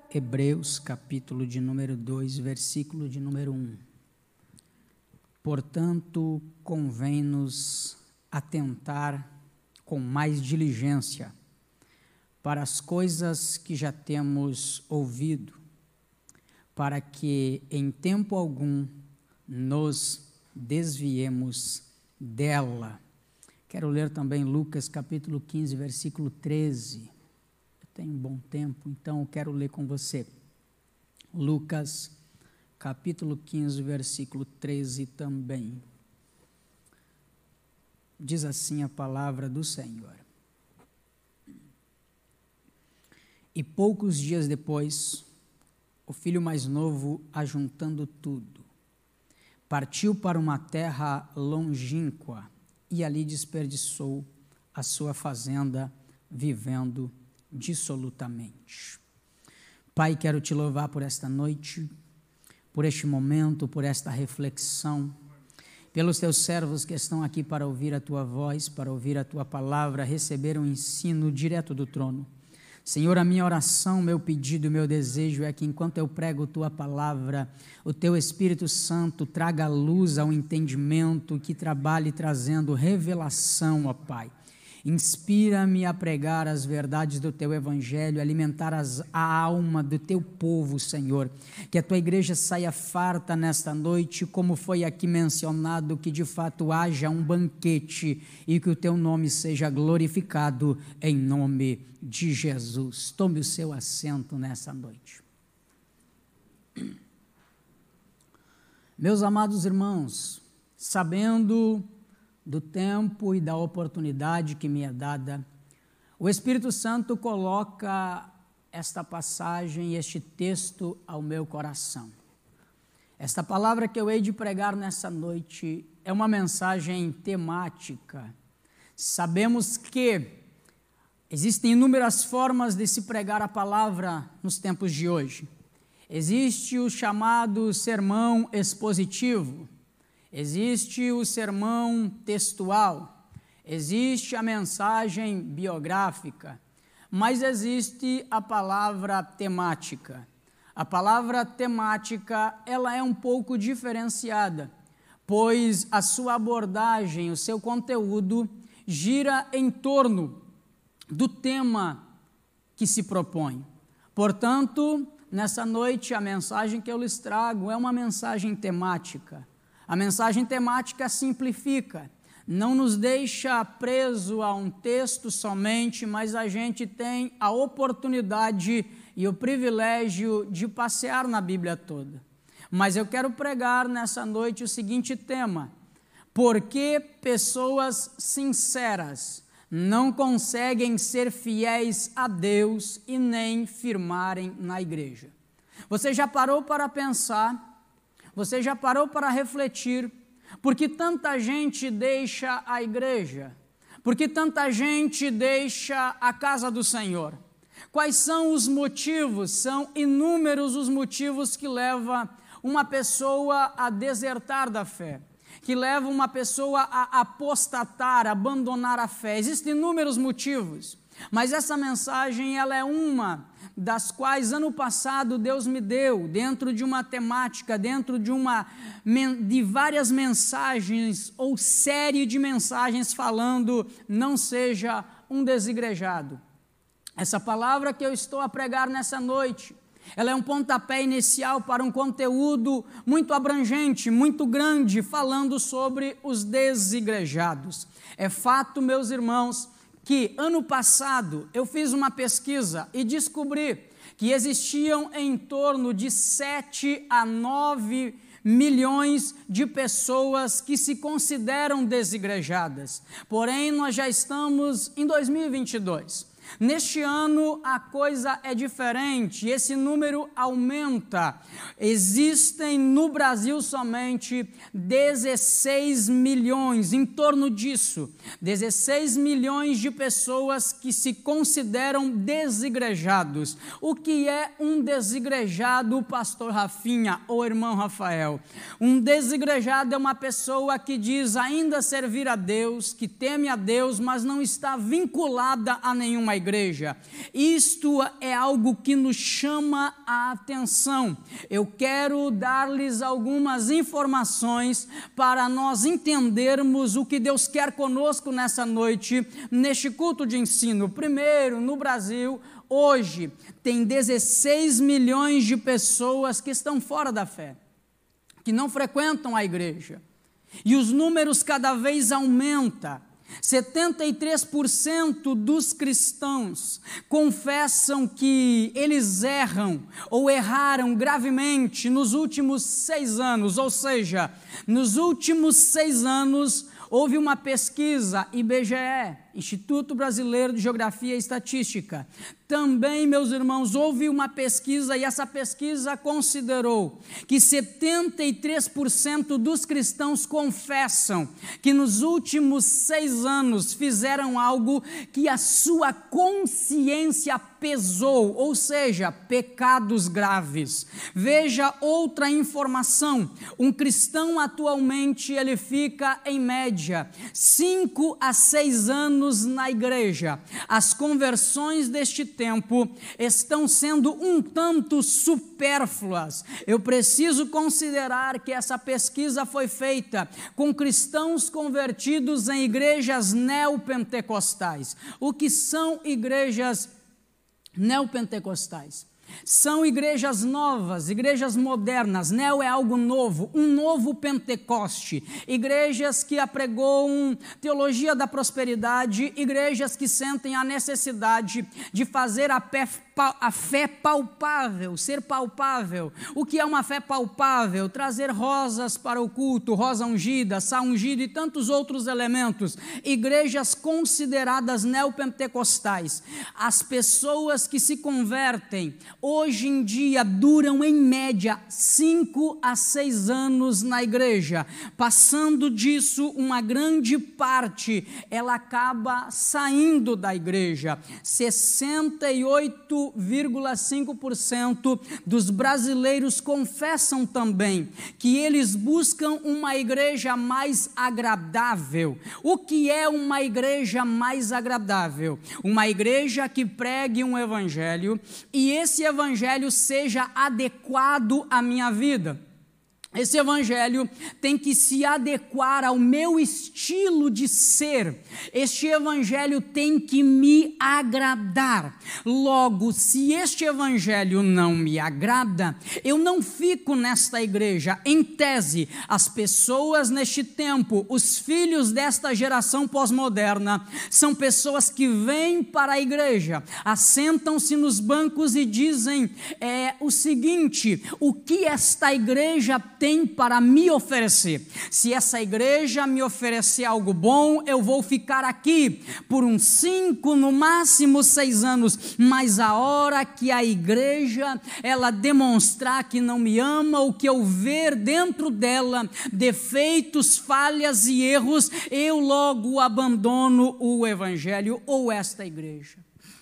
Hebreus, capítulo de número 2, versículo de número 1. Portanto, convém-nos atentar com mais diligência para as coisas que já temos ouvido, para que em tempo algum nos desviemos dela. Quero ler também Lucas, capítulo 15, versículo 13. Tem um bom tempo, então eu quero ler com você. Lucas, capítulo 15, versículo 13 também. Diz assim a palavra do Senhor. E poucos dias depois, o filho mais novo, ajuntando tudo, partiu para uma terra longínqua e ali desperdiçou a sua fazenda, vivendo dissolutamente. Pai, quero te louvar por esta noite, por este momento, por esta reflexão, pelos teus servos que estão aqui para ouvir a tua voz, para ouvir a tua palavra, receber um ensino direto do trono. Senhor, a minha oração, meu pedido, meu desejo é que enquanto eu prego tua palavra, o teu Espírito Santo traga luz ao entendimento, que trabalhe trazendo revelação, ó Pai. Inspira-me a pregar as verdades do Teu Evangelho, alimentar a alma do Teu povo, Senhor. Que a Tua igreja saia farta nesta noite, como foi aqui mencionado, que de fato haja um banquete e que o Teu nome seja glorificado em nome de Jesus. Tome o seu assento nessa noite. Meus amados irmãos, sabendo do tempo e da oportunidade que me é dada, o Espírito Santo coloca esta passagem, este texto ao meu coração. Esta palavra que eu hei de pregar nessa noite é uma mensagem temática. Sabemos que existem inúmeras formas de se pregar a palavra nos tempos de hoje. Existe o chamado sermão expositivo, existe o sermão textual, existe a mensagem biográfica, mas existe a palavra temática. A palavra temática, ela é um pouco diferenciada, pois a sua abordagem, o seu conteúdo, gira em torno do tema que se propõe. Portanto, nessa noite, a mensagem que eu lhes trago é uma mensagem temática. A mensagem temática simplifica, não nos deixa preso a um texto somente, mas a gente tem a oportunidade e o privilégio de passear na Bíblia toda. Mas eu quero pregar nessa noite o seguinte tema: por que pessoas sinceras não conseguem ser fiéis a Deus e nem firmarem na igreja? Você já parou para pensar? Você já parou para refletir por que tanta gente deixa a igreja? Por que tanta gente deixa a casa do Senhor? Quais são os motivos? São inúmeros os motivos que levam uma pessoa a desertar da fé, que levam uma pessoa a apostatar, a abandonar a fé. Existem inúmeros motivos, mas essa mensagem ela é uma das quais ano passado Deus me deu, dentro de uma temática, dentro de várias mensagens ou série de mensagens falando, não seja um desigrejado. Essa palavra que eu estou a pregar nessa noite, ela é um pontapé inicial para um conteúdo muito abrangente, muito grande, falando sobre os desigrejados. É fato, meus irmãos, que ano passado eu fiz uma pesquisa e descobri que existiam em torno de 7 a 9 milhões de pessoas que se consideram desigrejadas. Porém, nós já estamos em 2022. Neste ano a coisa é diferente, esse número aumenta. Existem no Brasil somente 16 milhões, em torno disso, 16 milhões de pessoas que se consideram desigrejados. O que é um desigrejado, pastor Rafinha ou irmão Rafael? Um desigrejado é uma pessoa que diz ainda servir a Deus, que teme a Deus, mas não está vinculada a nenhuma igreja. Isto é algo que nos chama a atenção. Eu quero dar-lhes algumas informações para nós entendermos o que Deus quer conosco nessa noite, neste culto de ensino. Primeiro, no Brasil, hoje, tem 16 milhões de pessoas que estão fora da fé, que não frequentam a igreja. E os números cada vez aumentam. 73% dos cristãos confessam que eles erram ou erraram gravemente nos últimos 6 anos, ou seja, nos últimos 6 anos houve uma pesquisa, IBGE, Instituto Brasileiro de Geografia e Estatística. Também, meus irmãos, houve uma pesquisa e essa pesquisa considerou que 73% dos cristãos confessam que nos últimos 6 anos fizeram algo que a sua consciência pesou, ou seja, pecados graves. Veja outra informação, um cristão atualmente ele fica em média 5 a 6 anos na igreja. As conversões deste tempo estão sendo um tanto supérfluas. Eu preciso considerar que essa pesquisa foi feita com cristãos convertidos em igrejas neopentecostais. O que são igrejas neopentecostais? São igrejas novas, igrejas modernas. Neo é algo novo, um novo Pentecoste. Igrejas que apregoam teologia da prosperidade, igrejas que sentem a necessidade de fazer a fé palpável, ser palpável. O que é uma fé palpável? Trazer rosas para o culto, rosa ungida, sal ungido e tantos outros elementos. Igrejas consideradas neopentecostais. As pessoas que se convertem hoje em dia duram em média 5 a 6 anos na igreja. Passando disso, uma grande parte ela acaba saindo da igreja. 68,5% dos brasileiros confessam também que eles buscam uma igreja mais agradável. O que é uma igreja mais agradável? Uma igreja que pregue um evangelho e esse evangelho seja adequado à minha vida. Esse evangelho tem que se adequar ao meu estilo de ser. Este evangelho tem que me agradar. Logo, se este evangelho não me agrada, eu não fico nesta igreja. Em tese, as pessoas neste tempo, os filhos desta geração pós-moderna, são pessoas que vêm para a igreja, assentam-se nos bancos e dizem o seguinte: o que esta igreja tem para me oferecer? Se essa igreja me oferecer algo bom, eu vou ficar aqui por uns 5, no máximo 6 anos, mas a hora que a igreja ela demonstrar que não me ama, ou que eu ver dentro dela defeitos, falhas e erros, eu logo abandono o evangelho ou esta igreja.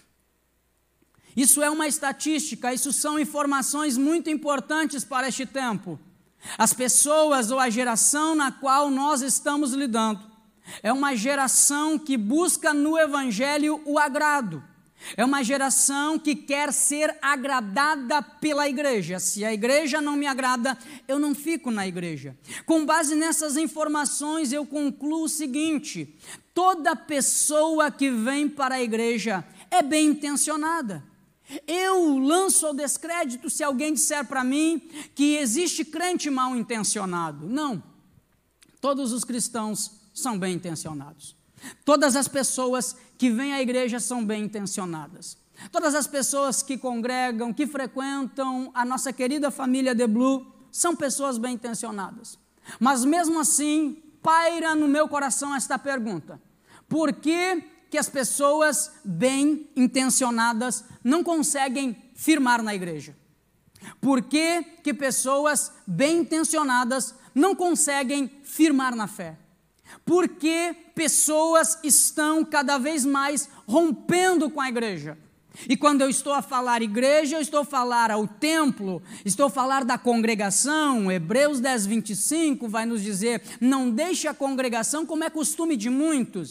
Isso é uma estatística, isso são informações muito importantes para este tempo. As pessoas ou a geração na qual nós estamos lidando é uma geração que busca no evangelho o agrado. É uma geração que quer ser agradada pela igreja. Se a igreja não me agrada, eu não fico na igreja. Com base nessas informações, eu concluo o seguinte: toda pessoa que vem para a igreja é bem intencionada. Eu lanço ao descrédito se alguém disser para mim que existe crente mal intencionado. Não, todos os cristãos são bem intencionados. Todas as pessoas que vêm à igreja são bem intencionadas. Todas as pessoas que congregam, que frequentam a nossa querida família The Blue, são pessoas bem intencionadas. Mas mesmo assim, paira no meu coração esta pergunta: por que as pessoas bem intencionadas não conseguem firmar na igreja? Por que pessoas bem intencionadas não conseguem firmar na fé? Por que pessoas estão cada vez mais rompendo com a igreja? E quando eu estou a falar igreja, eu estou a falar ao templo, estou a falar da congregação. Hebreus 10, 25 vai nos dizer: não deixe a congregação como é costume de muitos.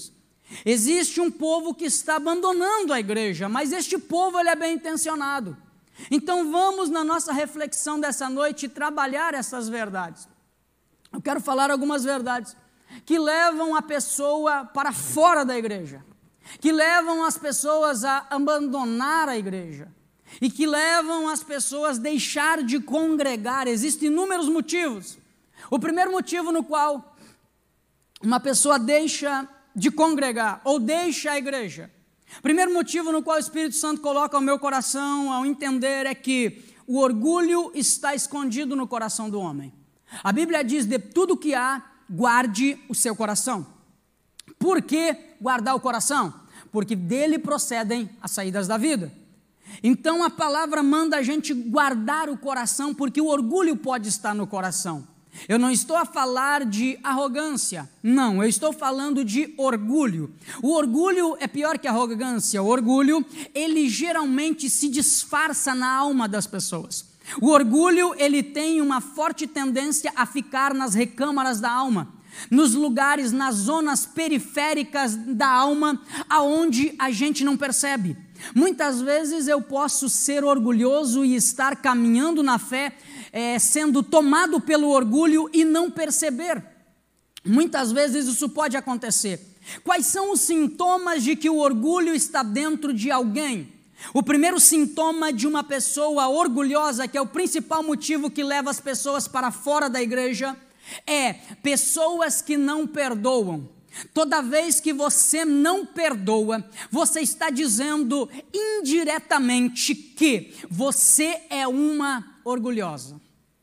Existe um povo que está abandonando a igreja, mas este povo ele é bem intencionado. Então vamos na nossa reflexão dessa noite trabalhar essas verdades. Eu quero falar algumas verdades que levam a pessoa para fora da igreja, que levam as pessoas a abandonar a igreja e que levam as pessoas a deixar de congregar. Existem inúmeros motivos. O primeiro motivo no qual uma pessoa deixa de congregar ou deixa a igreja, primeiro motivo no qual o Espírito Santo coloca ao meu coração ao entender é que o orgulho está escondido no coração do homem. A Bíblia diz: de tudo que há, guarde o seu coração. Por que guardar o coração? Porque dele procedem as saídas da vida. Então a palavra manda a gente guardar o coração, porque o orgulho pode estar no coração. Eu não estou a falar de arrogância, não, eu estou falando de orgulho. O orgulho é pior que a arrogância. O orgulho, ele geralmente se disfarça na alma das pessoas. O orgulho, ele tem uma forte tendência a ficar nas recâmaras da alma, nos lugares, nas zonas periféricas da alma, aonde a gente não percebe. Muitas vezes eu posso ser orgulhoso e estar caminhando na fé, sendo tomado pelo orgulho e não perceber. Muitas vezes isso pode acontecer. Quais são os sintomas de que o orgulho está dentro de alguém? O primeiro sintoma de uma pessoa orgulhosa, que é o principal motivo que leva as pessoas para fora da igreja, é pessoas que não perdoam. Toda vez que você não perdoa, você está dizendo indiretamente que você é uma orgulhosa.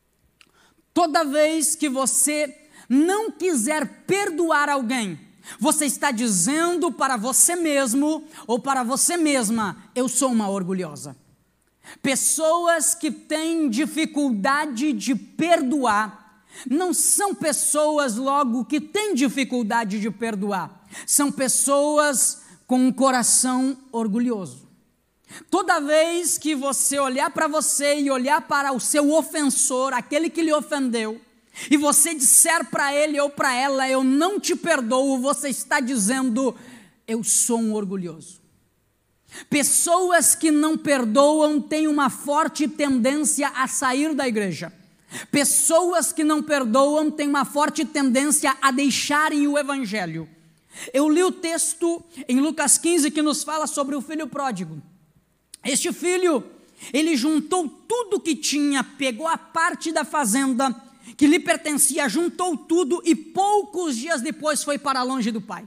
Toda vez que você não quiser perdoar alguém, você está dizendo para você mesmo ou para você mesma: eu sou uma orgulhosa. Pessoas que têm dificuldade de perdoar não são pessoas logo que têm dificuldade de perdoar, são pessoas com um coração orgulhoso. Toda vez que você olhar para você e olhar para o seu ofensor, aquele que lhe ofendeu, e você disser para ele ou para ela: eu não te perdoo, você está dizendo: eu sou um orgulhoso. Pessoas que não perdoam têm uma forte tendência a sair da igreja. Pessoas que não perdoam têm uma forte tendência a deixarem o evangelho. Eu li o texto em Lucas 15 que nos fala sobre o filho pródigo. Este filho, ele juntou tudo que tinha, pegou a parte da fazenda que lhe pertencia, juntou tudo e poucos dias depois foi para longe do pai.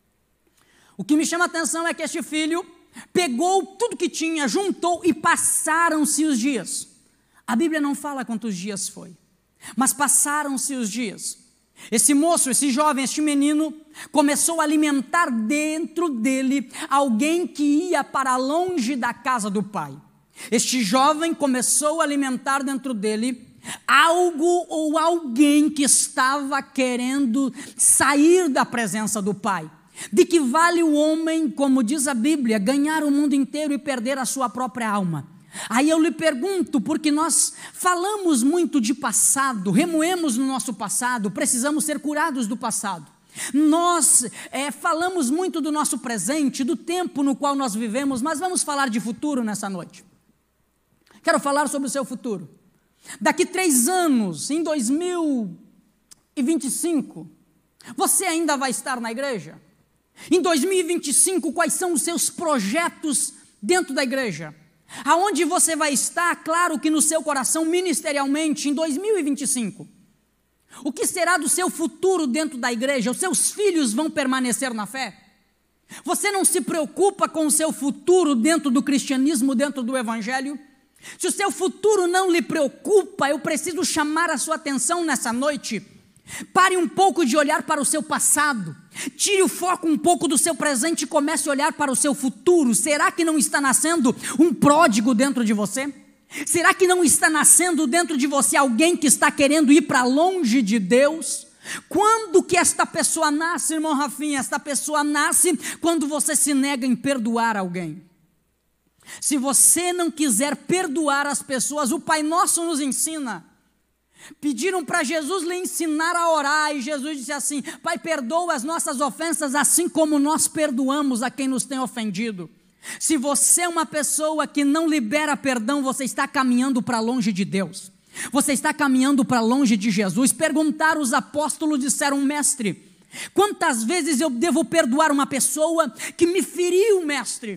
O que me chama a atenção é que este filho pegou tudo que tinha, juntou e passaram-se os dias. A Bíblia não fala quantos dias foi, mas passaram-se os dias. Esse moço, esse jovem, este menino começou a alimentar dentro dele alguém que ia para longe da casa do pai. Este jovem começou a alimentar dentro dele algo ou alguém que estava querendo sair da presença do pai. De que vale o homem, como diz a Bíblia, ganhar o mundo inteiro e perder a sua própria alma? Aí eu lhe pergunto, porque nós falamos muito de passado, remoemos no nosso passado, precisamos ser curados do passado. Nós falamos muito do nosso presente, do tempo no qual nós vivemos, mas vamos falar de futuro nessa noite. Quero falar sobre o seu futuro. Daqui 3 anos, em 2025, você ainda vai estar na igreja? Em 2025, quais são os seus projetos dentro da igreja? Aonde você vai estar, claro que no seu coração, ministerialmente, em 2025? O que será do seu futuro dentro da igreja? Os seus filhos vão permanecer na fé? Você não se preocupa com o seu futuro dentro do cristianismo, dentro do evangelho? Se o seu futuro não lhe preocupa, eu preciso chamar a sua atenção nessa noite. Pare um pouco de olhar para o seu passado, tire o foco um pouco do seu presente e comece a olhar para o seu futuro. Será que não está nascendo um pródigo dentro de você? Será que não está nascendo dentro de você alguém que está querendo ir para longe de Deus? Quando que esta pessoa nasce, irmão Rafinha? Esta pessoa nasce quando você se nega em perdoar alguém. Se você não quiser perdoar as pessoas, o Pai Nosso nos ensina Pediram para Jesus lhe ensinar a orar, e Jesus disse assim: Pai, perdoa as nossas ofensas, assim como nós perdoamos a quem nos tem ofendido. Se você é uma pessoa que não libera perdão, você está caminhando para longe de Deus, você está caminhando para longe de Jesus. Perguntaram os apóstolos, disseram: Mestre, quantas vezes eu devo perdoar uma pessoa que me feriu, mestre?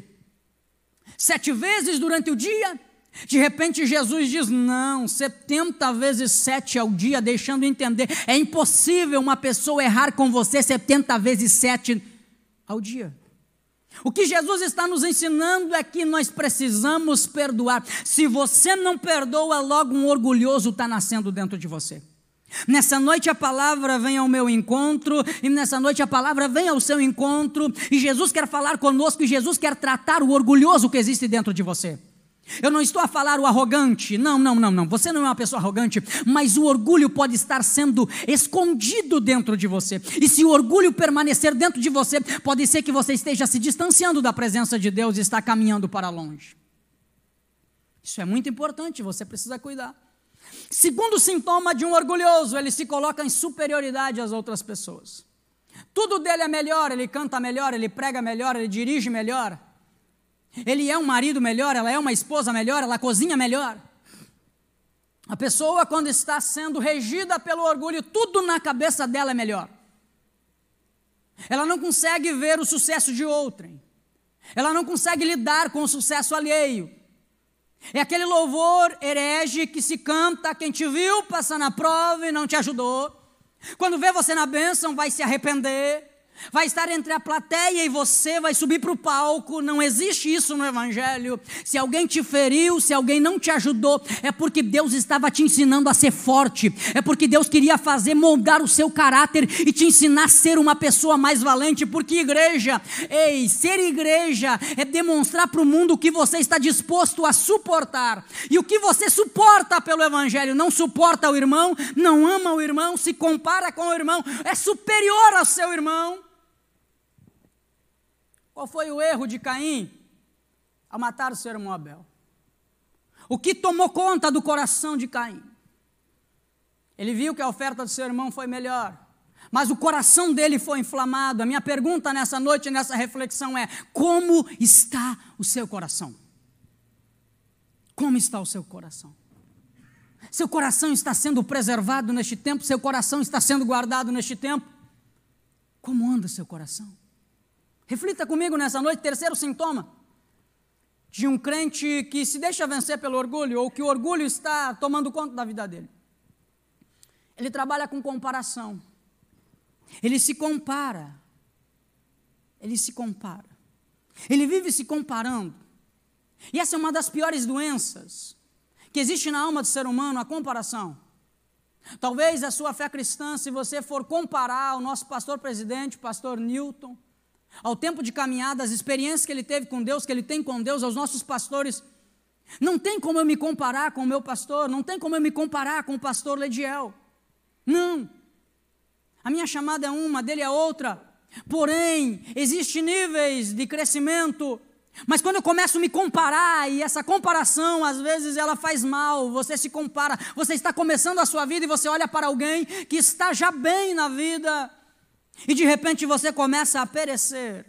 7 vezes durante o dia? De repente Jesus diz: não, 70 vezes 7 ao dia, deixando entender, é impossível uma pessoa errar com você 70 vezes 7 ao dia. O que Jesus está nos ensinando é que nós precisamos perdoar. Se você não perdoa, logo um orgulhoso está nascendo dentro de você. Nessa noite a palavra vem ao meu encontro, e nessa noite a palavra vem ao seu encontro, e Jesus quer falar conosco, e Jesus quer tratar o orgulhoso que existe dentro de você. Eu não estou a falar o arrogante, não, você não é uma pessoa arrogante, mas o orgulho pode estar sendo escondido dentro de você, e se o orgulho permanecer dentro de você, pode ser que você esteja se distanciando da presença de Deus e está caminhando para longe. Isso é muito importante, você precisa cuidar. Segundo sintoma de um orgulhoso, ele se coloca em superioridade às outras pessoas. Tudo dele é melhor, ele canta melhor, ele prega melhor, ele dirige melhor. Ele é um marido melhor, ela é uma esposa melhor, ela cozinha melhor. A pessoa, quando está sendo regida pelo orgulho, tudo na cabeça dela é melhor. Ela não consegue ver o sucesso de outrem. Ela não consegue lidar com o sucesso alheio. É aquele louvor herege que se canta, quem te viu passar na prova e não te ajudou. Quando vê você na bênção, vai se arrepender. Vai estar entre a plateia e você vai subir para o palco. Não existe isso no Evangelho. Se alguém te feriu, se alguém não te ajudou, é porque Deus estava te ensinando a ser forte, é porque Deus queria moldar o seu caráter e te ensinar a ser uma pessoa mais valente. Porque igreja, ser igreja é demonstrar para o mundo o que você está disposto a suportar, e o que você suporta pelo Evangelho. Não suporta o irmão, não ama o irmão, se compara com o irmão, é superior ao seu irmão. Qual foi o erro de Caim ao matar o seu irmão Abel? O que tomou conta do coração de Caim? Ele viu que a oferta do seu irmão foi melhor, mas o coração dele foi inflamado. A minha pergunta nessa noite, nessa reflexão é: como está o seu coração? Como está o seu coração? Seu coração está sendo preservado neste tempo? Seu coração está sendo guardado neste tempo? Como anda o seu coração? Reflita comigo nessa noite. Terceiro sintoma de um crente que se deixa vencer pelo orgulho, ou que o orgulho está tomando conta da vida dele. Ele trabalha com comparação. Ele se compara. Ele vive se comparando. E essa é uma das piores doenças que existe na alma do ser humano, a comparação. Talvez a sua fé cristã, se você for comparar o nosso pastor presidente, pastor Newton, ao tempo de caminhada, as experiências que ele teve com Deus, que ele tem com Deus, aos nossos pastores, não tem como eu me comparar com o meu pastor, não tem como eu me comparar com o pastor Lediel. Não. A minha chamada é uma, dele é outra. Porém, existem níveis de crescimento, mas quando eu começo a me comparar, e essa comparação, às vezes ela faz mal, você se compara, você está começando a sua vida e você olha para alguém que está já bem na vida, e de repente você começa a perecer.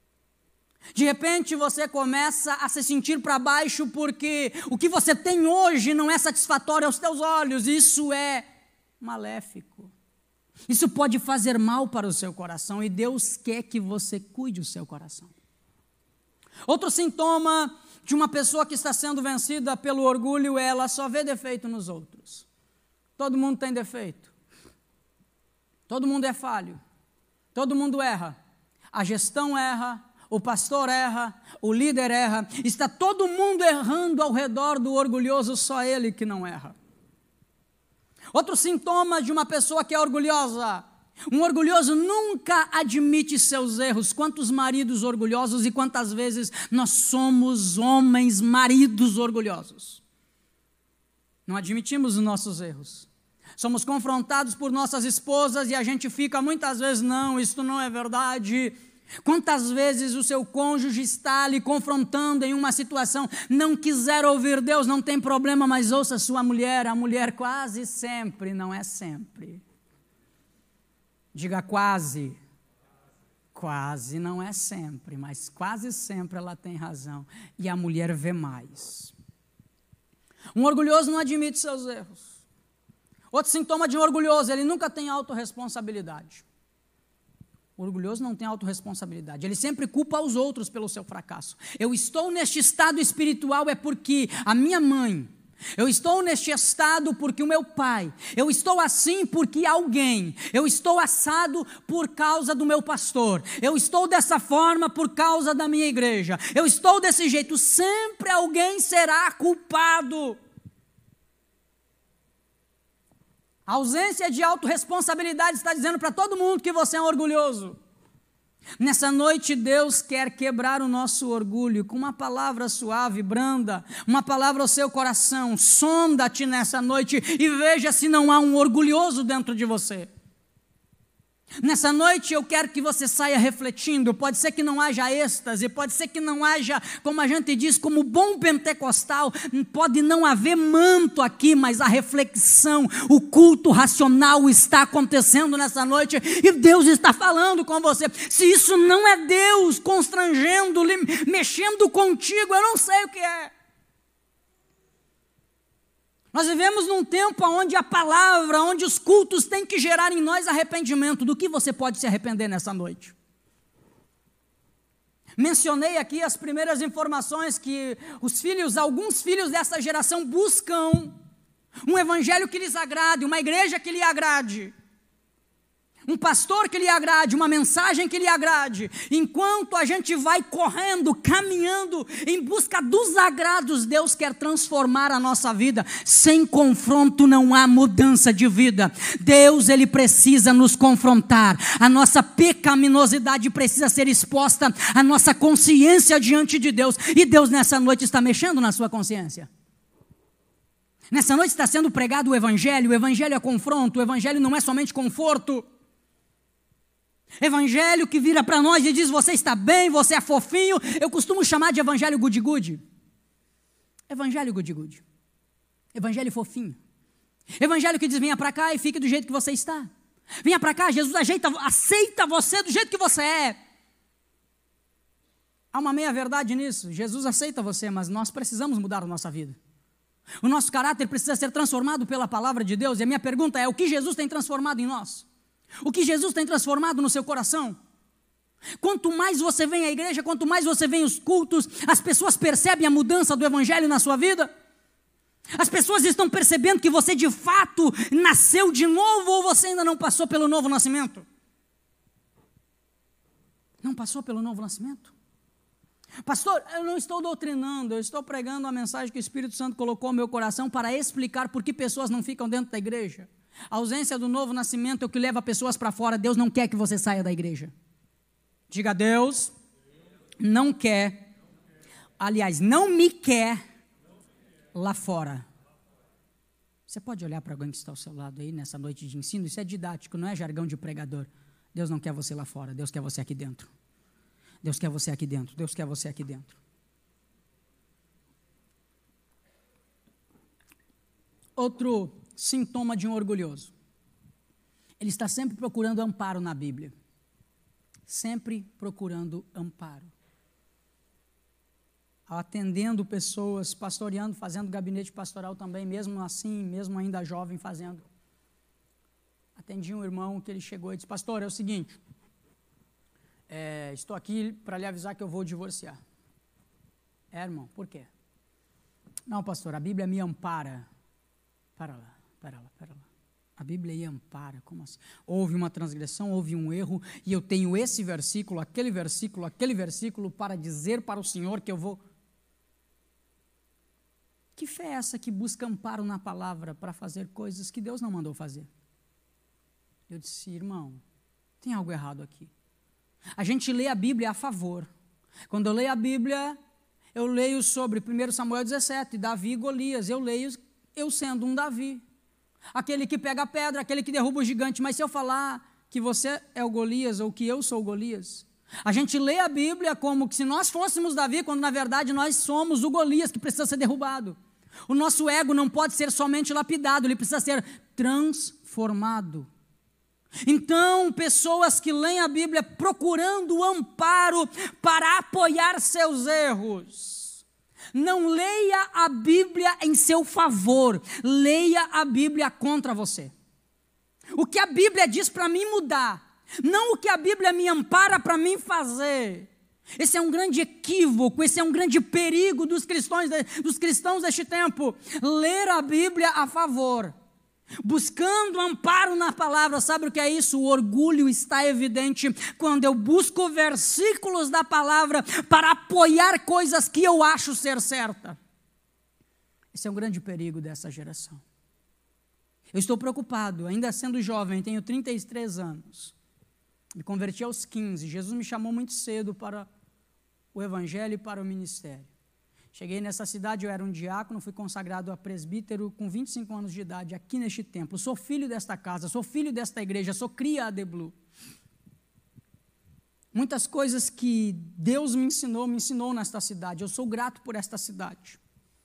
De repente você começa a se sentir para baixo porque o que você tem hoje não é satisfatório aos teus olhos. Isso é maléfico. Isso pode fazer mal para o seu coração, e Deus quer que você cuide o seu coração. Outro sintoma de uma pessoa que está sendo vencida pelo orgulho é ela só vê defeito nos outros. Todo mundo tem defeito. Todo mundo é falho. Todo mundo erra, a gestão erra, o pastor erra, o líder erra, está todo mundo errando ao redor do orgulhoso, só ele que não erra. Outro sintoma de uma pessoa que é orgulhosa: um orgulhoso nunca admite seus erros. Quantos maridos orgulhosos e quantas vezes nós somos homens, maridos orgulhosos? Não admitimos os nossos erros. Somos confrontados por nossas esposas e a gente fica muitas vezes: não, isso não é verdade. Quantas vezes o seu cônjuge está lhe confrontando em uma situação, não quiser ouvir Deus, não tem problema, mas ouça sua mulher. A mulher quase sempre, não é sempre. Diga quase. Quase não é sempre, mas quase sempre ela tem razão. E a mulher vê mais. Um orgulhoso não admite seus erros. Outro sintoma de um orgulhoso, ele nunca tem autorresponsabilidade. O orgulhoso não tem autorresponsabilidade, ele sempre culpa os outros pelo seu fracasso. Eu estou neste estado espiritual é porque a minha mãe, eu estou neste estado porque o meu pai, eu estou assim porque alguém, eu estou assado por causa do meu pastor, eu estou dessa forma por causa da minha igreja, eu estou desse jeito, sempre alguém será culpado. A ausência de autorresponsabilidade está dizendo para todo mundo que você é um orgulhoso. Nessa noite Deus quer quebrar o nosso orgulho com uma palavra suave, branda, uma palavra ao seu coração. Sonda-te nessa noite e veja se não há um orgulhoso dentro de você. Nessa noite eu quero que você saia refletindo. Pode ser que não haja êxtase, pode ser que não haja, como a gente diz, como bom pentecostal, pode não haver manto aqui, mas a reflexão, o culto racional está acontecendo nessa noite e Deus está falando com você. Se isso não é Deus constrangendo, mexendo contigo, eu não sei o que é. Nós vivemos num tempo onde a palavra, onde os cultos têm que gerar em nós arrependimento. Do que você pode se arrepender nessa noite? Mencionei aqui as primeiras informações que alguns filhos dessa geração buscam um evangelho que lhes agrade, uma igreja que lhe agrade, um pastor que lhe agrade, uma mensagem que lhe agrade. Enquanto a gente vai correndo, caminhando em busca dos agrados, Deus quer transformar a nossa vida. Sem confronto não há mudança de vida. Deus, Ele precisa nos confrontar. A nossa pecaminosidade precisa ser exposta, a nossa consciência diante de Deus. E Deus nessa noite está mexendo na sua consciência. Nessa noite está sendo pregado o Evangelho é confronto, o Evangelho não é somente conforto. Evangelho que vira para nós e diz, você está bem, você é fofinho. Eu costumo chamar de evangelho good-good. Evangelho good-good. Evangelho fofinho. Evangelho que diz, venha para cá e fique do jeito que você está. Venha para cá, Jesus aceita você do jeito que você é. Há uma meia-verdade nisso. Jesus aceita você, mas nós precisamos mudar a nossa vida. O nosso caráter precisa ser transformado pela palavra de Deus. E a minha pergunta é, o que Jesus tem transformado em nós? O que Jesus tem transformado no seu coração? Quanto mais você vem à igreja, quanto mais você vem aos cultos, as pessoas percebem a mudança do evangelho na sua vida? As pessoas estão percebendo que você de fato nasceu de novo ou você ainda não passou pelo novo nascimento? Não passou pelo novo nascimento? Pastor, eu não estou doutrinando, eu estou pregando a mensagem que o Espírito Santo colocou no meu coração para explicar por que pessoas não ficam dentro da igreja. A ausência do novo nascimento é o que leva pessoas para fora. Deus não quer que você saia da igreja. Diga, Deus não quer, aliás, não me quer lá fora. Você pode olhar para alguém que está ao seu lado aí nessa noite de ensino? Isso é didático, não é jargão de pregador. Deus não quer você lá fora, Deus quer você aqui dentro. Deus quer você aqui dentro, Deus quer você aqui dentro. Outro sintoma de um orgulhoso. Ele está sempre procurando amparo na Bíblia. Sempre procurando amparo. Atendendo pessoas, pastoreando, fazendo gabinete pastoral também, mesmo assim, mesmo ainda jovem fazendo. Atendi um irmão que ele chegou e disse, pastor, é o seguinte, estou aqui para lhe avisar que eu vou divorciar. Irmão, por quê? Não, pastor, a Bíblia me ampara. Para lá. A Bíblia ampara, como assim? Houve uma transgressão, houve um erro, e eu tenho esse versículo, aquele versículo, para dizer para o Senhor que eu vou... Que fé é essa que busca amparo na palavra para fazer coisas que Deus não mandou fazer? Eu disse, irmão, tem algo errado aqui. A gente lê a Bíblia a favor. Quando eu leio a Bíblia, eu leio sobre 1 Samuel 17, Davi e Golias, eu sendo um Davi, aquele que pega a pedra, aquele que derruba o gigante, mas se eu falar que você é o Golias ou que eu sou o Golias, A gente lê a Bíblia como que se nós fôssemos Davi, quando na verdade nós somos o Golias que precisa ser derrubado. O nosso ego não pode ser somente lapidado, ele precisa ser transformado. Então, pessoas que leem a Bíblia procurando amparo para apoiar seus erros, não leia a Bíblia em seu favor, leia a Bíblia contra você. O que a Bíblia diz para mim mudar, não o que a Bíblia me ampara para mim fazer. Esse é um grande equívoco, esse é um grande perigo dos cristãos deste tempo. Ler a Bíblia a favor, buscando amparo na palavra. Sabe o que é isso? O orgulho está evidente quando eu busco versículos da palavra para apoiar coisas que eu acho ser certa. Esse é um grande perigo dessa geração. Eu estou preocupado, ainda sendo jovem, tenho 33 anos. Me converti aos 15. Jesus me chamou muito cedo para o evangelho e para o ministério. Cheguei nessa cidade, eu era um diácono, fui consagrado a presbítero com 25 anos de idade, aqui neste templo. Sou filho desta casa, sou filho desta igreja, sou cria AD Blue. Muitas coisas que Deus me ensinou nesta cidade. Eu sou grato por esta cidade.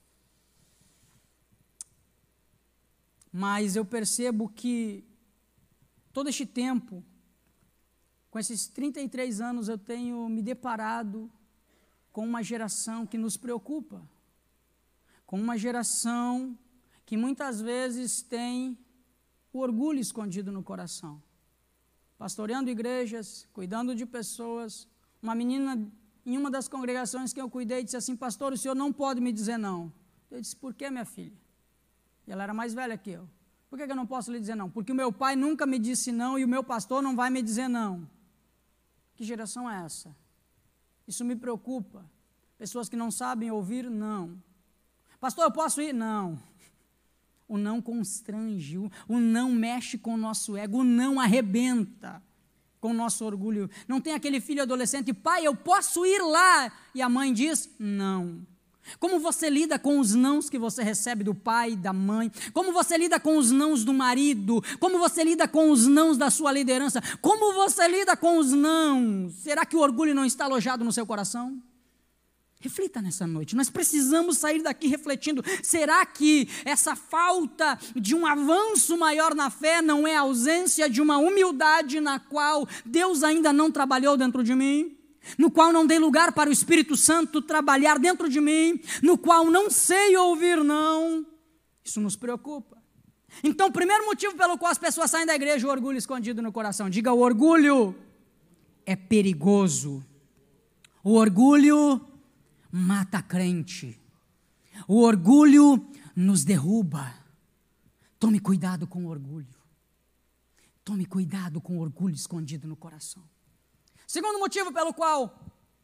Mas eu percebo que todo este tempo, com esses 33 anos, eu tenho me deparado com uma geração que nos preocupa, com uma geração que muitas vezes tem o orgulho escondido no coração. Pastoreando igrejas, cuidando de pessoas, uma menina em uma das congregações que eu cuidei disse assim: pastor, o senhor não pode me dizer não. Eu disse: por que, minha filha? E ela era mais velha que eu. Por que eu não posso lhe dizer não? Porque o meu pai nunca me disse não e o meu pastor não vai me dizer não. Que geração é essa? Isso me preocupa. Pessoas que não sabem ouvir, não. Pastor, eu posso ir? Não. O não constrange, o não mexe com o nosso ego, o não arrebenta com o nosso orgulho. Não tem aquele filho adolescente: pai, eu posso ir lá? E a mãe diz: não. Como você lida com os nãos que você recebe do pai e da mãe? Como você lida com os nãos do marido? Como você lida com os nãos da sua liderança? Como você lida com os nãos? Será que o orgulho não está alojado no seu coração? Reflita nessa noite. Nós precisamos sair daqui refletindo. Será que essa falta de um avanço maior na fé não é a ausência de uma humildade na qual Deus ainda não trabalhou dentro de mim? No qual não dei lugar para o Espírito Santo trabalhar dentro de mim, no qual não sei ouvir não. Isso nos preocupa. Então, o primeiro motivo pelo qual as pessoas saem da igreja: o orgulho escondido no coração. Diga: o orgulho é perigoso. O orgulho mata crente. O orgulho nos derruba. Tome cuidado com o orgulho. Tome cuidado com o orgulho escondido no coração. Segundo motivo pelo qual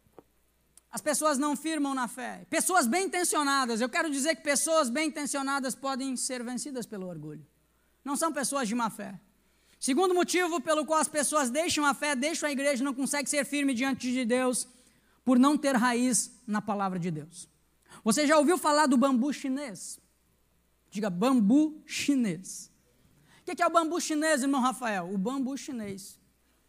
as pessoas não firmam na fé: pessoas bem intencionadas. Eu quero dizer que pessoas bem intencionadas podem ser vencidas pelo orgulho. Não são pessoas de má fé. Segundo motivo pelo qual as pessoas deixam a fé, deixam a igreja, não conseguem ser firmes diante de Deus, por não ter raiz na palavra de Deus. Você já ouviu falar do bambu chinês? Diga: bambu chinês. O que é o bambu chinês, irmão Rafael? O bambu chinês,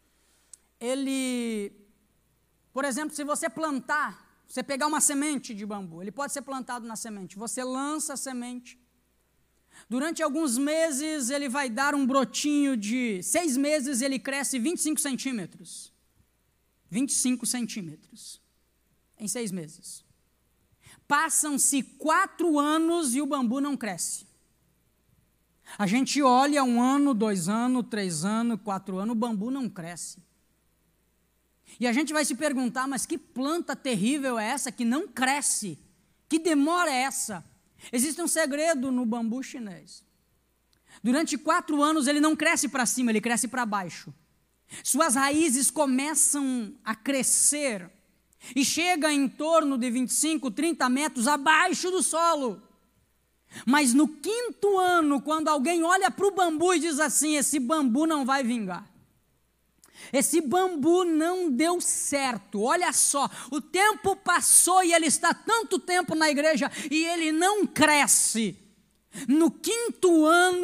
ele, por exemplo, se você plantar, você pegar uma semente de bambu, ele pode ser plantado na semente. Você lança a semente. Durante alguns meses ele vai dar um brotinho de 6 meses, ele cresce 25 centímetros. 25 centímetros. Em 6 meses. Passam-se 4 anos e o bambu não cresce. A gente olha 1 ano, 2 anos, 3 anos, 4 anos, o bambu não cresce. E a gente vai se perguntar: mas que planta terrível é essa que não cresce? Que demora é essa? Existe um segredo no bambu chinês. Durante 4 anos ele não cresce para cima, ele cresce para baixo. Suas raízes começam a crescer e chega em torno de 25, 30 metros abaixo do solo. Mas no 5º ano, quando alguém olha para o bambu e diz assim: esse bambu não vai vingar. Esse bambu não deu certo. Olha só, o tempo passou e ele está tanto tempo na igreja e ele não cresce. No 5º ano,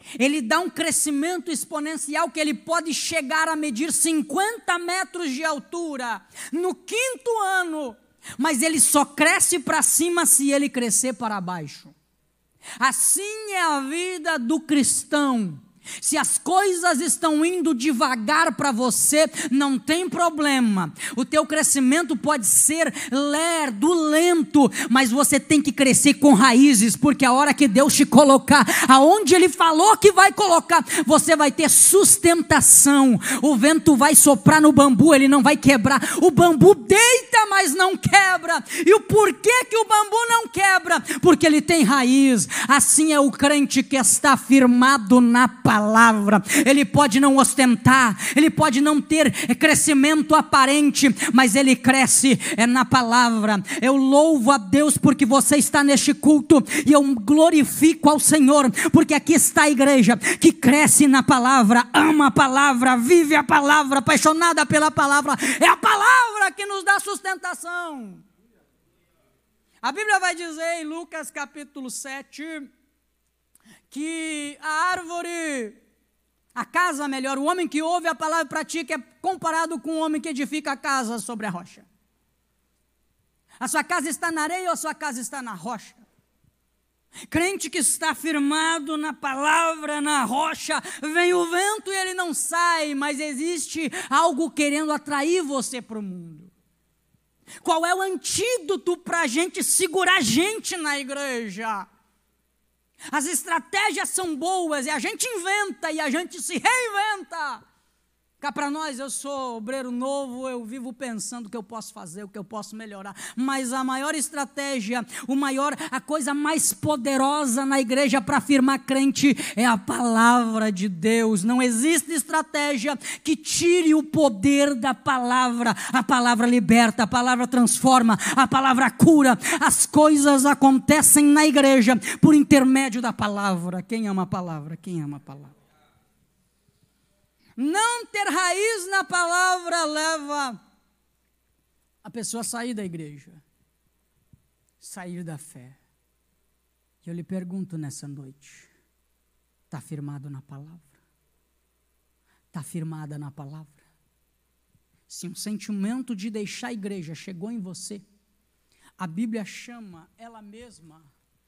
ele dá um crescimento exponencial que ele pode chegar a medir 50 metros de altura no 5º ano, mas ele só cresce para cima se ele crescer para baixo. Assim é a vida do cristão. Se as coisas estão indo devagar para você, não tem problema. O teu crescimento pode ser lerdo, lento, mas você tem que crescer com raízes, porque a hora que Deus te colocar aonde Ele falou que vai colocar, você vai ter sustentação. O vento vai soprar no bambu, ele não vai quebrar. O bambu deita, mas não quebra. E o porquê que o bambu não quebra? Porque ele tem raiz. Assim é o crente que está firmado na palavra. Ele pode não ostentar, ele pode não ter crescimento aparente, mas ele cresce na palavra. Eu louvo a Deus porque você está neste culto, e eu glorifico ao Senhor, porque aqui está a igreja que cresce na palavra, ama a palavra, vive a palavra, apaixonada pela palavra. É a palavra que nos dá sustentação. A Bíblia vai dizer em Lucas capítulo 7, que a árvore, a casa melhor, o homem que ouve a palavra e pratica é comparado com o homem que edifica a casa sobre a rocha. A sua casa está na areia ou a sua casa está na rocha? Crente que está firmado na palavra, na rocha, vem o vento e ele não sai, mas existe algo querendo atrair você para o mundo. Qual é o antídoto para a gente segurar gente na igreja? As estratégias são boas e a gente inventa e a gente se reinventa. Cá para nós, eu sou obreiro novo, eu vivo pensando o que eu posso fazer, o que eu posso melhorar. Mas a maior estratégia, a coisa mais poderosa na igreja para afirmar crente é a palavra de Deus. Não existe estratégia que tire o poder da palavra. A palavra liberta, a palavra transforma, a palavra cura. As coisas acontecem na igreja por intermédio da palavra. Quem ama a palavra? Quem ama a palavra? Não ter raiz na palavra leva a pessoa a sair da igreja, sair da fé. E eu lhe pergunto nessa noite, está firmado na palavra? Está firmada na palavra? Se um sentimento de deixar a igreja chegou em você, a Bíblia chama ela mesma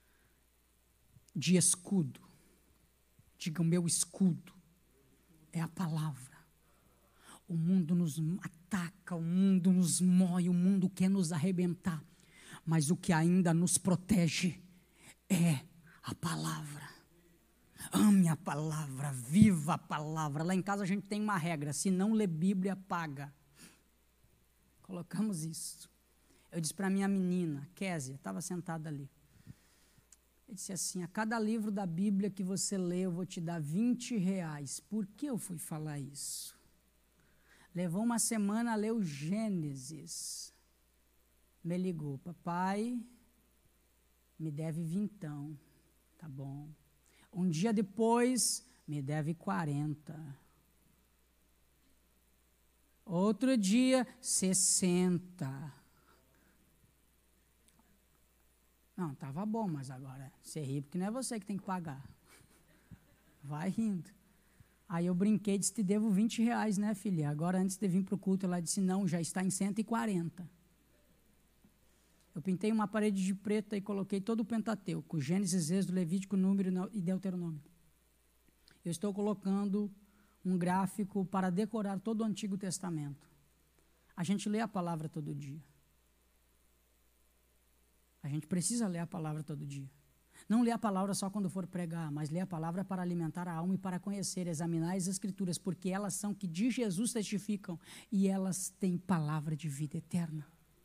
de escudo. Diga, o meu escudo é a palavra. O mundo nos ataca, o mundo nos mói, o mundo quer nos arrebentar, mas o que ainda nos protege é a palavra. Ame a palavra, viva a palavra. Lá em casa a gente tem uma regra: se não lê Bíblia, paga. Colocamos isso. Eu disse para minha menina, Késia, estava sentada ali. Ele disse assim: a cada livro da Bíblia que você lê, eu vou te dar R$20. Por que eu fui falar isso? Levou uma semana a ler o Gênesis. Me ligou: papai, me deve vintão. Tá bom. Um dia depois, me deve 40. Outro dia, 60. Não, estava bom, mas agora você ri porque não é você que tem que pagar. Vai rindo. Aí eu brinquei, disse: te devo R$20, né, filha? Agora, antes de vir para o culto, ela disse: não, já está em 140. Eu pintei uma parede de preto e coloquei todo o Pentateuco, Gênesis, Êxodo, Levítico, Número e Deuteronômio. Eu estou colocando um gráfico para decorar todo o Antigo Testamento. A gente lê a palavra todo dia. A gente precisa ler a palavra todo dia. Não lê a palavra só quando for pregar, mas lê a palavra para alimentar a alma e para conhecer, examinar as Escrituras, porque elas são que de Jesus testificam e elas têm palavra de vida eterna.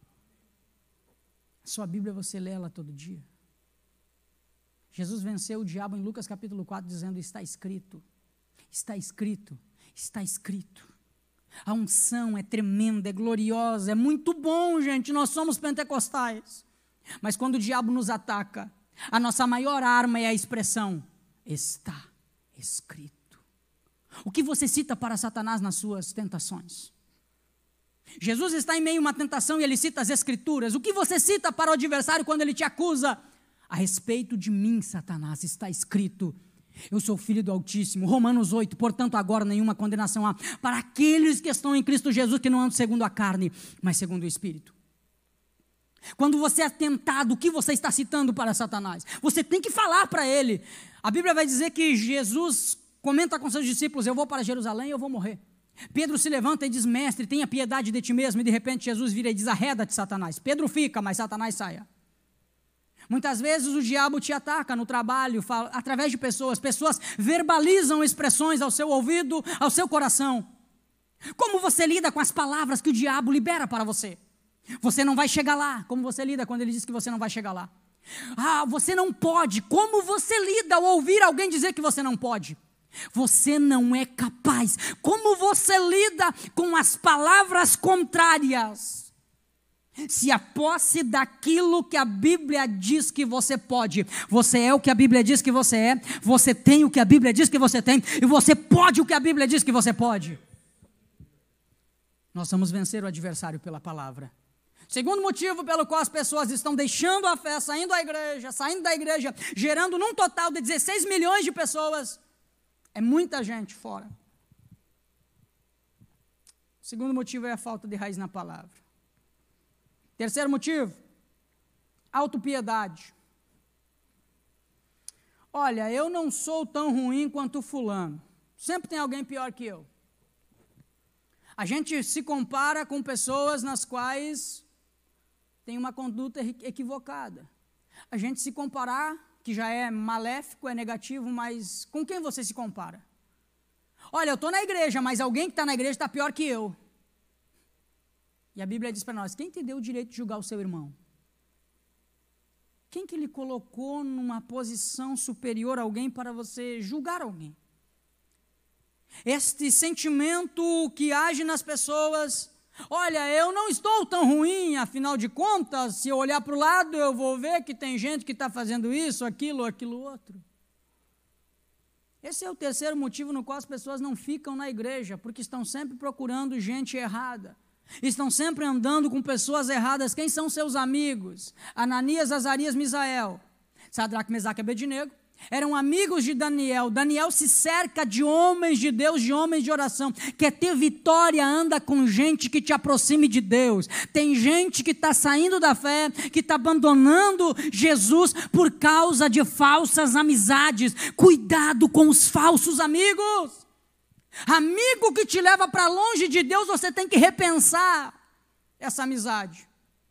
A sua Bíblia, você lê ela todo dia. Jesus venceu o diabo em Lucas capítulo 4, dizendo: está escrito, está escrito, está escrito. A unção é tremenda, é gloriosa, é muito bom, gente. Nós somos pentecostais. Mas quando o diabo nos ataca, a nossa maior arma é a expressão: está escrito. O que você cita para Satanás nas suas tentações? Jesus está em meio a uma tentação e ele cita as Escrituras. O que você cita para o adversário quando ele te acusa? A respeito de mim, Satanás, está escrito. Eu sou filho do Altíssimo. Romanos 8, portanto agora nenhuma condenação há para aqueles que estão em Cristo Jesus, que não andam segundo a carne, mas segundo o Espírito. Quando você é tentado, o que você está citando para Satanás? Você tem que falar para ele. A Bíblia vai dizer que Jesus comenta com seus discípulos: eu vou para Jerusalém e eu vou morrer. Pedro se levanta e diz: mestre, tenha piedade de ti mesmo. E de repente Jesus vira e diz: arreda-te, Satanás. Pedro fica, mas Satanás saia. Muitas vezes o diabo te ataca no trabalho, através de pessoas verbalizam expressões ao seu ouvido, ao seu coração. Como você lida com as palavras que o diabo libera para você? Você não vai chegar lá. Como você lida quando ele diz que você não vai chegar lá? Você não pode. Como você lida ao ouvir alguém dizer que você não pode? Você não é capaz. Como você lida com as palavras contrárias? Se a posse daquilo que a Bíblia diz que você pode, você é o que a Bíblia diz que você é, você tem o que a Bíblia diz que você tem, e você pode o que a Bíblia diz que você pode. Nós vamos vencer o adversário pela palavra. Segundo motivo pelo qual as pessoas estão deixando a fé, saindo da igreja, gerando num total de 16 milhões de pessoas, é muita gente fora. O segundo motivo é a falta de raiz na palavra. Terceiro motivo, autopiedade. Olha, eu não sou tão ruim quanto fulano. Sempre tem alguém pior que eu. A gente se compara com pessoas nas quais tem uma conduta equivocada. A gente se comparar, que já é maléfico, é negativo, mas com quem você se compara? Olha, eu estou na igreja, mas alguém que está na igreja está pior que eu. E a Bíblia diz para nós: quem te deu o direito de julgar o seu irmão? Quem que lhe colocou numa posição superior a alguém para você julgar alguém? Este sentimento que age nas pessoas: olha, eu não estou tão ruim, afinal de contas, se eu olhar para o lado, eu vou ver que tem gente que está fazendo isso, aquilo outro. Esse é o terceiro motivo no qual as pessoas não ficam na igreja, porque estão sempre procurando gente errada. Estão sempre andando com pessoas erradas. Quem são seus amigos? Ananias, Azarias, Misael, Sadraque, Mesaque e Abednego eram amigos de Daniel. Daniel se cerca de homens de Deus, de homens de oração. Quer ter vitória, anda com gente que te aproxime de Deus. Tem gente que está saindo da fé, que está abandonando Jesus por causa de falsas amizades. Cuidado com os falsos amigos. Amigo que te leva para longe de Deus, você tem que repensar essa amizade.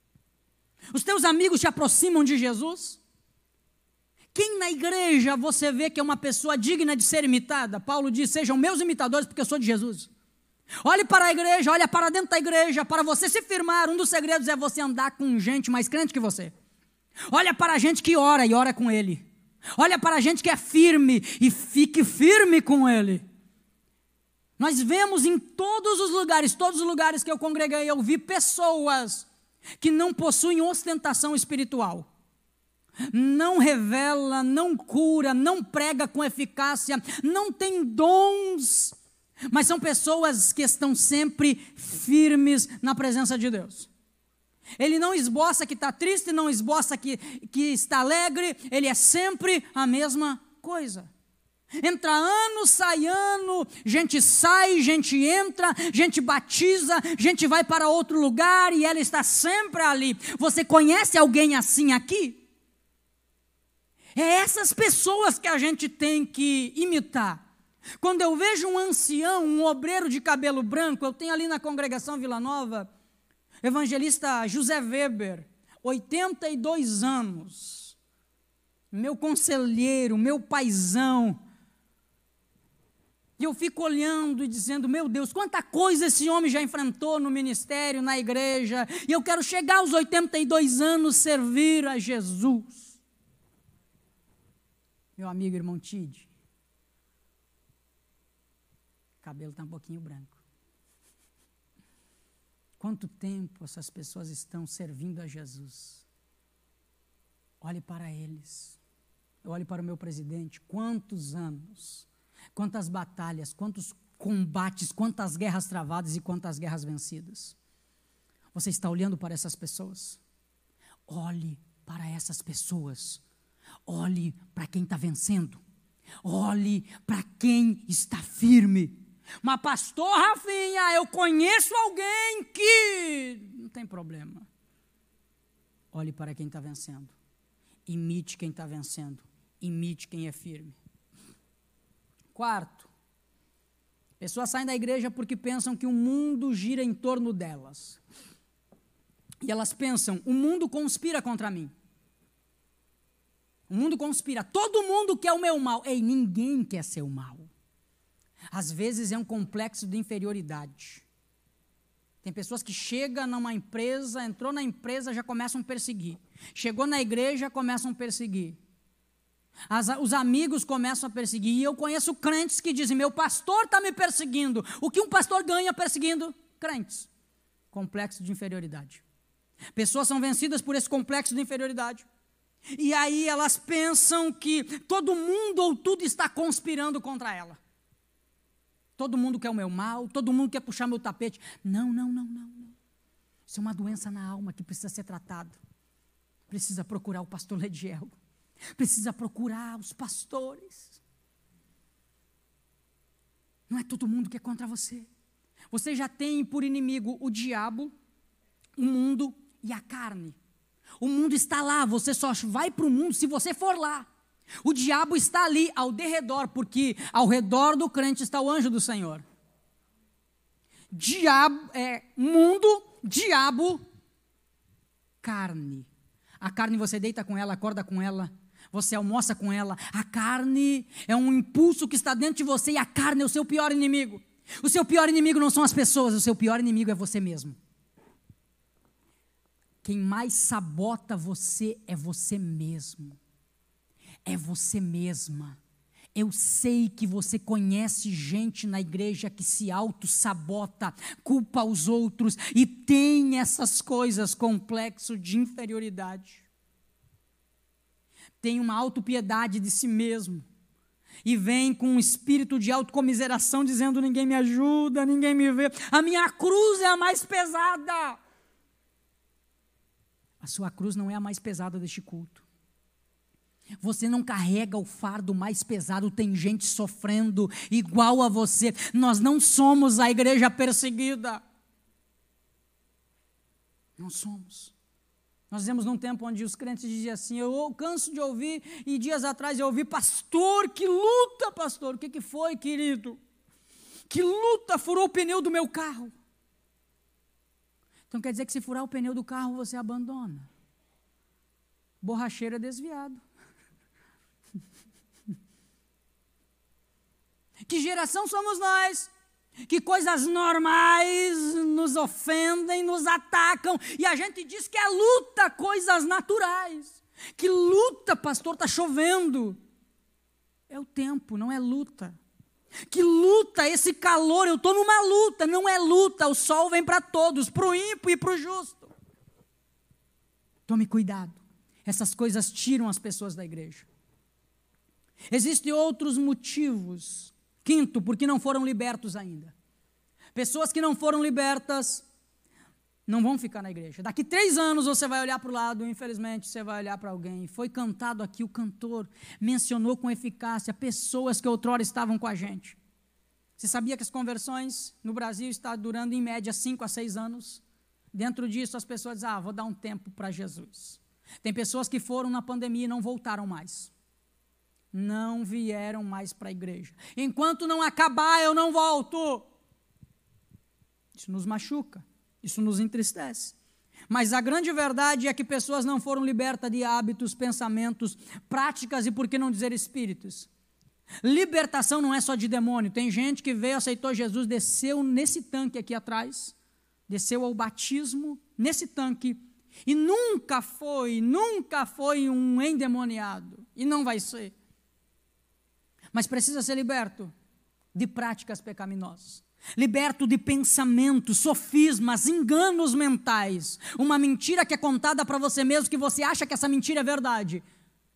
Os teus amigos te aproximam de Jesus? Quem na igreja você vê que é uma pessoa digna de ser imitada? Paulo diz: sejam meus imitadores, porque eu sou de Jesus. Olhe para a igreja, olhe para dentro da igreja, para você se firmar. Um dos segredos é você andar com gente mais crente que você. Olha para a gente que ora e ora com ele. Olha para a gente que é firme e fique firme com ele. Nós vemos em todos os lugares que eu congreguei, eu vi pessoas que não possuem ostentação espiritual. Não revela, não cura, não prega com eficácia, não tem dons, mas são pessoas que estão sempre firmes na presença de Deus. Ele não esboça que está triste, não esboça que está alegre, ele é sempre a mesma coisa. Entra ano, sai ano, gente sai, gente entra, gente batiza, gente vai para outro lugar e ela está sempre ali. Você conhece alguém assim aqui? É essas pessoas que a gente tem que imitar. Quando eu vejo um ancião, um obreiro de cabelo branco, eu tenho ali na congregação Vila Nova, evangelista José Weber, 82 anos, meu conselheiro, meu paizão. E eu fico olhando e dizendo: meu Deus, quanta coisa esse homem já enfrentou no ministério, na igreja, e eu quero chegar aos 82 anos servir a Jesus. Meu amigo irmão Tide, o cabelo está um pouquinho branco. Quanto tempo essas pessoas estão servindo a Jesus? Olhe para eles. Eu olho para o meu presidente, quantos anos, quantas batalhas, quantos combates, quantas guerras travadas e quantas guerras vencidas. Você está olhando para essas pessoas? Olhe para essas pessoas. Olhe para quem está vencendo. Olhe para quem está firme. Mas pastor Rafinha, eu conheço alguém que... Não tem problema. Olhe para quem está vencendo. Imite quem está vencendo. Imite quem é firme. Quarto, pessoas saem da igreja porque pensam que o mundo gira em torno delas. E elas pensam, o mundo conspira contra mim. O mundo conspira, todo mundo quer o meu mal. Ei, ninguém quer seu mal. Às vezes é um complexo de inferioridade. Tem pessoas que chegam numa empresa, entrou na empresa, já começam a perseguir. Chegou na igreja, começam a perseguir. Os amigos começam a perseguir. E eu conheço crentes que dizem, meu pastor está me perseguindo. O que um pastor ganha perseguindo crentes? Complexo de inferioridade. Pessoas são vencidas por esse complexo de inferioridade. E aí elas pensam que todo mundo ou tudo está conspirando contra ela. Todo mundo quer o meu mal, todo mundo quer puxar meu tapete. Não. Isso é uma doença na alma que precisa ser tratada. Precisa procurar o pastor Lediel. Precisa procurar os pastores. Não é todo mundo que é contra você. Você já tem por inimigo o diabo, o mundo e a carne. O mundo está lá, você só vai para o mundo se você for lá. O diabo está ali ao derredor, porque ao redor do crente está o anjo do Senhor. Mundo, diabo, carne. A carne você deita com ela, acorda com ela, você almoça com ela. A carne é um impulso que está dentro de você e a carne é o seu pior inimigo. O seu pior inimigo não são as pessoas, o seu pior inimigo é você mesmo. Quem mais sabota você é você mesmo. É você mesma. Eu sei que você conhece gente na igreja que se auto-sabota, culpa os outros e tem essas coisas, complexo de inferioridade. Tem uma autopiedade de si mesmo e vem com um espírito de autocomiseração dizendo, ninguém me ajuda, ninguém me vê, a minha cruz é a mais pesada. A sua cruz não é a mais pesada deste culto. Você não carrega o fardo mais pesado, tem gente sofrendo igual a você. Nós não somos a igreja perseguida. Não somos. Nós vivemos num tempo onde os crentes diziam assim, eu canso de ouvir, e dias atrás eu ouvi, pastor, que luta, pastor. O que foi, querido? Que luta, furou o pneu do meu carro. Então quer dizer que se furar o pneu do carro, você abandona. Borracheiro é desviado. Que geração somos nós? Que coisas normais nos ofendem, nos atacam, e a gente diz que é luta, coisas naturais. Que luta, pastor, está chovendo. É o tempo, não é luta. Que luta, esse calor, eu estou numa luta, não é luta, o sol vem para todos, para o ímpio e para o justo. Tome cuidado, essas coisas tiram as pessoas da igreja. Existem outros motivos. Quinto, porque não foram libertos ainda. Pessoas que não foram libertas não vão ficar na igreja. Daqui 3 anos você vai olhar para o lado, infelizmente você vai olhar para alguém. Foi cantado aqui, o cantor mencionou com eficácia pessoas que outrora estavam com a gente. Você sabia que as conversões no Brasil estão durando em média 5 a 6 anos? Dentro disso as pessoas dizem, vou dar um tempo para Jesus. Tem pessoas que foram na pandemia e não voltaram mais. Não vieram mais para a igreja. Enquanto não acabar, eu não volto. Isso nos machuca, isso nos entristece. Mas a grande verdade é que pessoas não foram libertas de hábitos, pensamentos, práticas e, por que não dizer, espíritos. Libertação não é só de demônio. Tem gente que veio, aceitou Jesus, desceu nesse tanque aqui atrás, desceu ao batismo nesse tanque e nunca foi um endemoniado. E não vai ser. Mas precisa ser liberto de práticas pecaminosas, liberto de pensamentos, sofismas, enganos mentais, uma mentira que é contada para você mesmo, que você acha que essa mentira é verdade.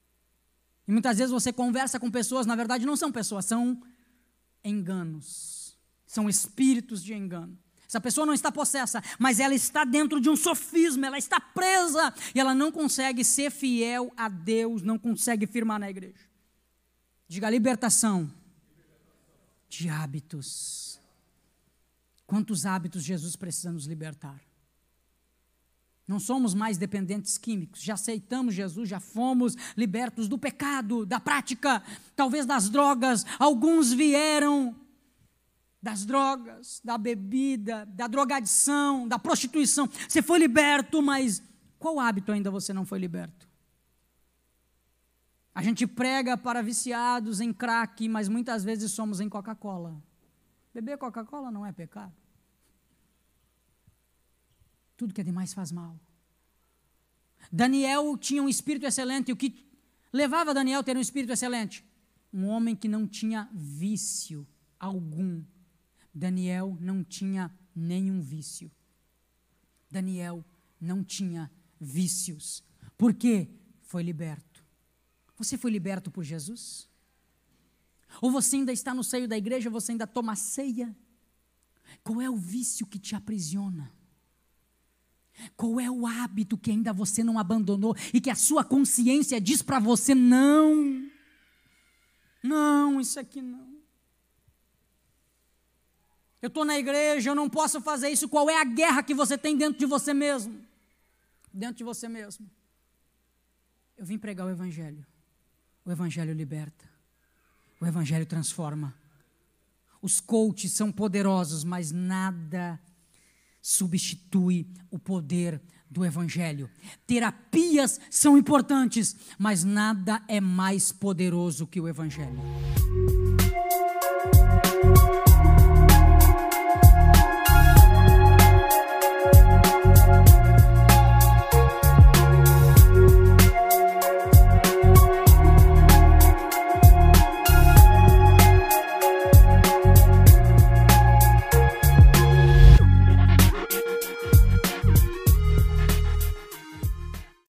E muitas vezes você conversa com pessoas, na verdade não são pessoas, são enganos, são espíritos de engano. Essa pessoa não está possessa, mas ela está dentro de um sofisma, ela está presa, e ela não consegue ser fiel a Deus, não consegue firmar na igreja. Diga libertação de hábitos. Quantos hábitos Jesus precisa nos libertar? Não somos mais dependentes químicos, já aceitamos Jesus, já fomos libertos do pecado, da prática, talvez das drogas. Alguns vieram das drogas, da bebida, da drogadição, da prostituição. Você foi liberto, mas qual hábito ainda você não foi liberto? A gente prega para viciados em crack, mas muitas vezes somos em Coca-Cola. Beber Coca-Cola não é pecado. Tudo que é demais faz mal. Daniel tinha um espírito excelente. O que levava Daniel a ter um espírito excelente? Um homem que não tinha vício algum. Daniel não tinha nenhum vício. Daniel não tinha vícios. Por quê? Foi liberto. Você foi liberto por Jesus? Ou você ainda está no seio da igreja, você ainda toma ceia? Qual é o vício que te aprisiona? Qual é o hábito que ainda você não abandonou e que a sua consciência diz para você não? Não, isso aqui não. Eu estou na igreja, eu não posso fazer isso. Qual é a guerra que você tem dentro de você mesmo? Dentro de você mesmo. Eu vim pregar o Evangelho. O Evangelho liberta. O Evangelho transforma. Os coaches são poderosos, mas nada substitui o poder do Evangelho. Terapias são importantes, mas nada é mais poderoso que o Evangelho.